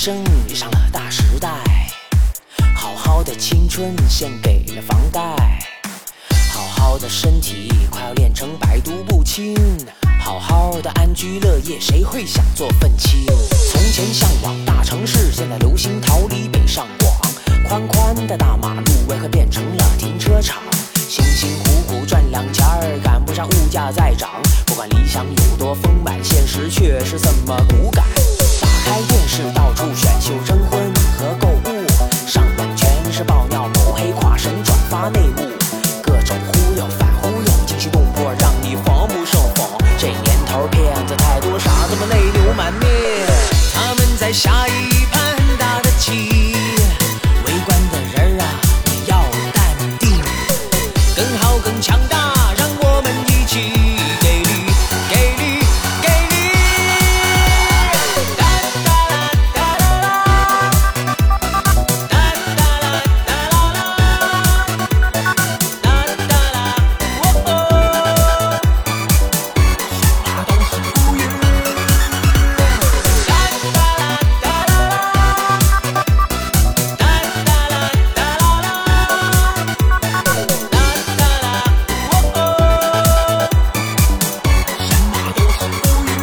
生遇上了大时代，好好的青春献给了房贷，好好的身体快要练成百毒不侵，好好的安居乐业谁会想做愤青？从前向往大城市，现在流行逃离北上广，宽宽的大马路为何变成了停车场？辛辛苦苦赚2钱儿，赶不上物价在涨，不管理想有多丰满，现实却是这么骨感。打开电视到处选秀征婚和购物，上网全是爆料抹黑跨省转发内幕，各种忽悠反忽悠，惊心动魄让你防不胜防。这年头骗子太多，傻子们泪流满面，他们在下一盘大的棋，围观的人啊你要淡定，更好更强大，让我们一起给力给力给力。哒哒啦哒啦啦，哒哒啦哒啦啦，哒哒啦喔哦，什么都是浮云。哒哒啦哒啦啦，哒哒啦哒啦啦，哒哒啦喔哦，什么都是浮云。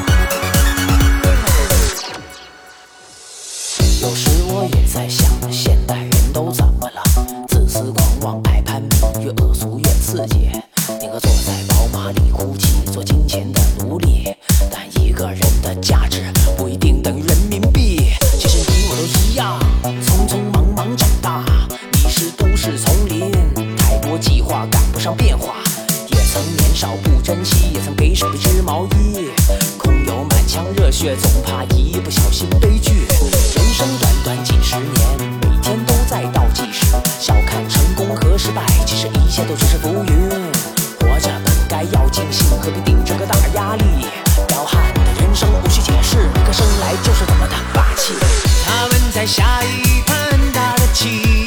有时我也在想，现代人都怎么了？自私狂妄爱攀比，越恶俗越刺激，宁可坐在宝马里哭泣，做金钱的奴隶。但一个人的价值不一定等于人民币。其实你我都一样，匆匆忙忙长大，迷失都市丛林，太多计划赶不上变化。也曾年少不珍惜，也曾给手一织毛衣，空有满腔热血，总怕一不小心悲剧。人生短短几十年，每天都在倒计时，小看成功和失败，其实一切都只是浮云。活着本该要尽兴，何必顶着个大压力？彪悍的人生无需解释，每个生来就是这么的霸气。他们在下一盘大的棋。